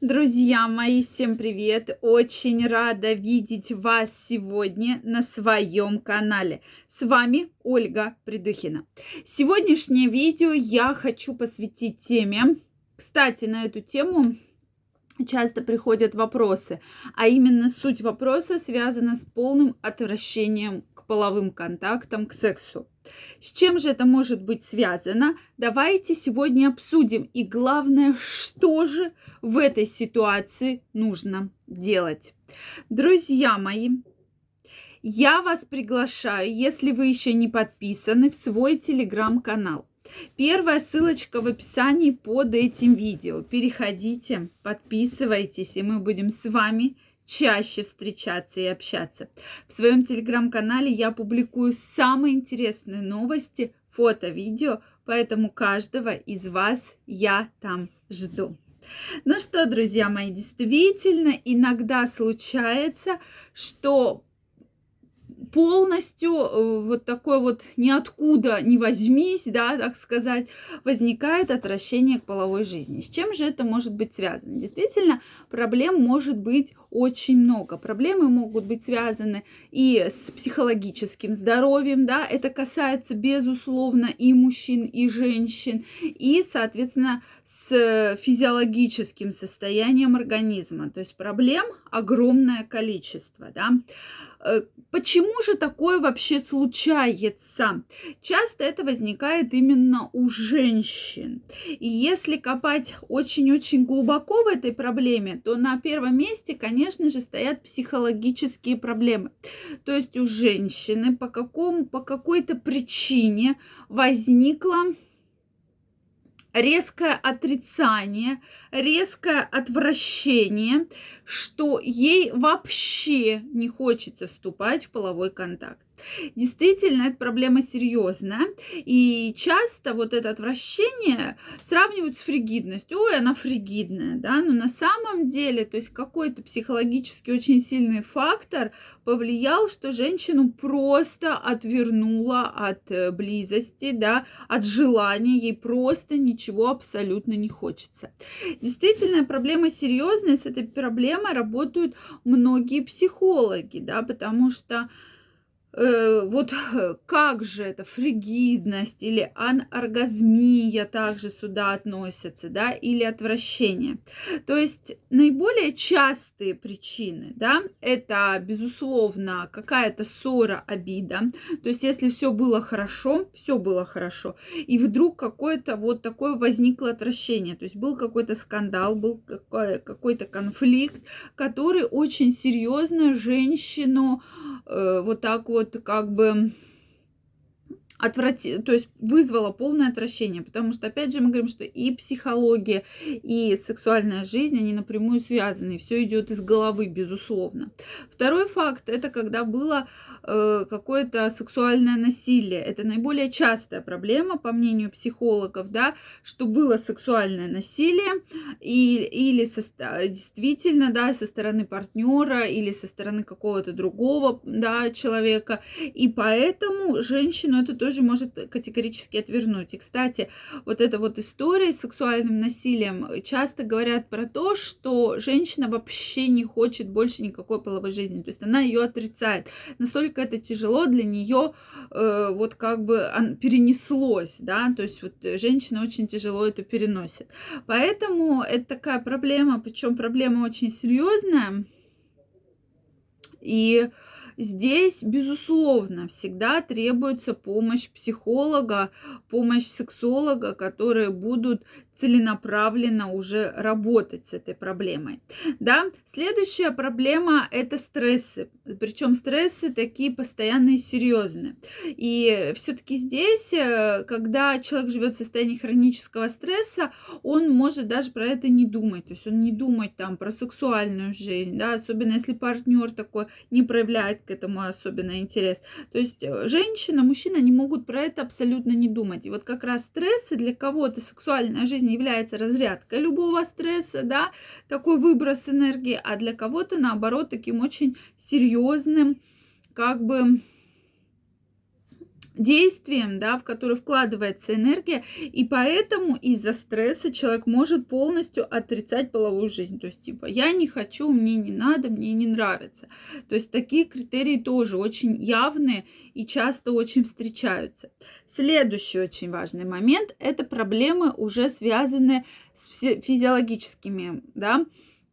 Друзья мои, всем привет! Очень рада видеть вас сегодня на своем канале. С вами Ольга Придухина. Сегодняшнее видео я хочу посвятить теме. Кстати, на эту тему часто приходят вопросы, а именно суть вопроса связана с полным отвращением к половым контактам, к сексу. С чем же это может быть связано? Давайте сегодня обсудим. И главное, что же в этой ситуации нужно делать. Друзья мои, я вас приглашаю, если вы еще не подписаны, в свой телеграм-канал. Первая ссылочка в описании под этим видео. Переходите, подписывайтесь, и мы будем с вами чаще встречаться и общаться. В своем телеграм-канале я публикую самые интересные новости, фото, видео, поэтому каждого из вас я там жду. Ну что, друзья мои, действительно, иногда случается, что полностью вот такой вот ниоткуда не возьмись, да, так сказать, возникает отвращение к половой жизни. С чем же это может быть связано? Действительно, проблем может быть очень много. Проблемы могут быть связаны и с психологическим здоровьем, да, это касается, безусловно, и мужчин, и женщин, и, соответственно, с физиологическим состоянием организма. То есть проблем огромное количество, да. Почему же такое вообще случается? Часто это возникает именно у женщин. И если копать очень-очень глубоко в этой проблеме, то на первом месте, конечно же, стоят психологические проблемы. То есть у женщины по какой-то причине возникла резкое отрицание, резкое отвращение, что ей вообще не хочется вступать в половой контакт. Действительно, эта проблема серьезная, и часто вот это отвращение сравнивают с фригидностью. Ой, она фригидная, да, но на самом деле, то есть какой-то психологически очень сильный фактор повлиял, что женщину просто отвернуло от близости, да, от желания, ей просто ничего абсолютно не хочется. Действительно, проблема серьезная, с этой проблемой работают многие психологи, да, потому что как же это фригидность или аноргазмия также сюда относятся, да, или отвращение. То есть наиболее частые причины, да, это, безусловно, какая-то ссора, обида. То есть если все было хорошо, и вдруг какое-то вот такое возникло отвращение. То есть был какой-то скандал, был какой-то конфликт, который очень серьезно женщину вот так вот как бы то есть вызвало полное отвращение, потому что, опять же, мы говорим, что и психология, и сексуальная жизнь, они напрямую связаны, и все идет из головы, безусловно. Второй факт – это когда было какое-то сексуальное насилие. Это наиболее частая проблема, по мнению психологов, да, что было сексуальное насилие, или действительно, да, со стороны партнера, или со стороны какого-то другого, да, человека, и поэтому женщину это тоже может категорически отвернуть. И, кстати, вот эта вот история с сексуальным насилием часто говорят про то, что женщина вообще не хочет больше никакой половой жизни, то есть она ее отрицает. Настолько это тяжело для нее, вот как бы перенеслось, да, то есть вот женщина очень тяжело это переносит. Поэтому это такая проблема, причем проблема очень серьезная. И здесь, безусловно, всегда требуется помощь психолога, помощь сексолога, которые будут целенаправленно уже работать с этой проблемой. Да? Следующая проблема – это стрессы. Причем стрессы такие постоянные, серьезные. И все-таки здесь, когда человек живет в состоянии хронического стресса, он может даже про это не думать. То есть он не думает там про сексуальную жизнь, да? Особенно если партнер такой не проявляет к этому особенно интерес. То есть женщина, мужчина не могут про это абсолютно не думать. И вот как раз стрессы для кого-то сексуальная жизнь является разрядкой любого стресса, да, такой выброс энергии, а для кого-то, наоборот, таким очень серьезным, как бы, действием, да, в который вкладывается энергия, и поэтому из-за стресса человек может полностью отрицать половую жизнь. То есть, типа, я не хочу, мне не надо, мне не нравится. То есть, такие критерии тоже очень явные и часто очень встречаются. Следующий очень важный момент – это проблемы, уже связанные с физиологическими, да,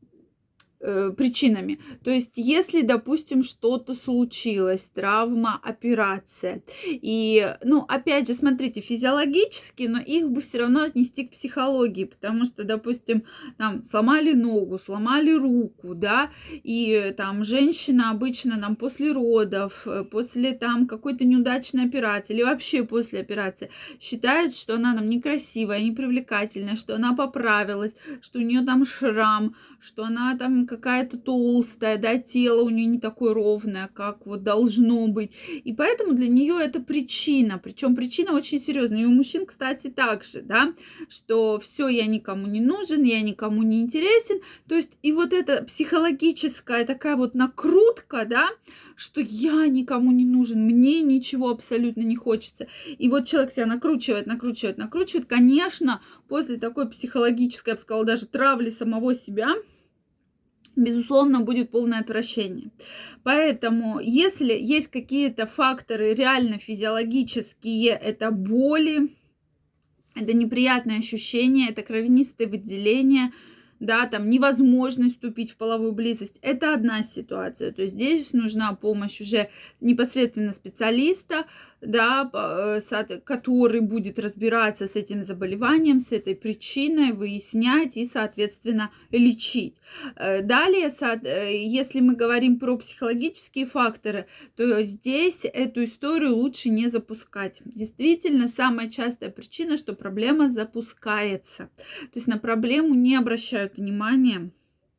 причинами. То есть, если, допустим, что-то случилось, травма, операция, и, ну, опять же, смотрите, физиологически, но их бы все равно отнести к психологии, потому что, допустим, там сломали ногу, сломали руку, да, и там женщина обычно там после родов, после там какой-то неудачной операции или вообще после операции считает, что она там некрасивая, непривлекательная, что она поправилась, что у нее там шрам, что она там какая-то толстая, да, тело у нее не такое ровное, как вот должно быть. И поэтому для нее это причина. Причем причина очень серьезная. И у мужчин, кстати, также, да, что все, я никому не нужен, я никому не интересен. То есть и вот эта психологическая такая вот накрутка, да, что я никому не нужен, мне ничего абсолютно не хочется. И вот человек себя накручивает, накручивает, накручивает. Конечно, после такой психологической, я бы сказала, даже травли самого себя, безусловно, будет полное отвращение. Поэтому, если есть какие-то факторы реально физиологические, это боли, это неприятные ощущения, это кровянистые выделения, да, там невозможность вступить в половую близость, это одна ситуация. То есть здесь нужна помощь уже непосредственно специалиста, да, который будет разбираться с этим заболеванием, с этой причиной, выяснять и, соответственно, лечить. Далее, если мы говорим про психологические факторы, то здесь эту историю лучше не запускать. Действительно, самая частая причина, что проблема запускается. То есть на проблему не обращают внимания,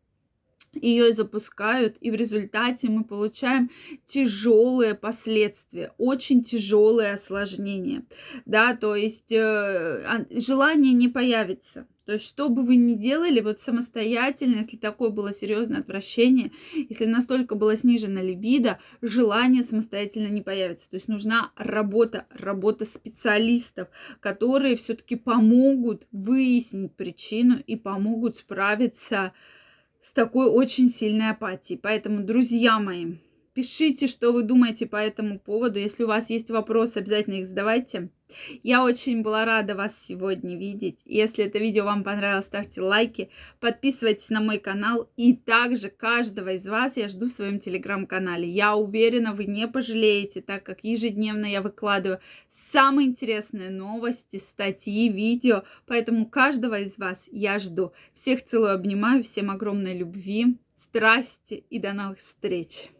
ее запускают, и в результате мы получаем тяжелые последствия, очень тяжелые осложнения, да, то есть желание не появится. То есть, что бы вы ни делали, вот самостоятельно, если такое было серьезное отвращение, если настолько была снижена либидо, желание самостоятельно не появится. То есть нужна работа специалистов, которые все-таки помогут выяснить причину и помогут справиться с такой очень сильной апатией. Поэтому, друзья мои, пишите, что вы думаете по этому поводу. Если у вас есть вопросы, обязательно их задавайте. Я очень была рада вас сегодня видеть. Если это видео вам понравилось, ставьте лайки, подписывайтесь на мой канал. И также каждого из вас я жду в своем телеграм-канале. Я уверена, вы не пожалеете, так как ежедневно я выкладываю самые интересные новости, статьи, видео. Поэтому каждого из вас я жду. Всех целую, обнимаю, всем огромной любви, страсти и до новых встреч!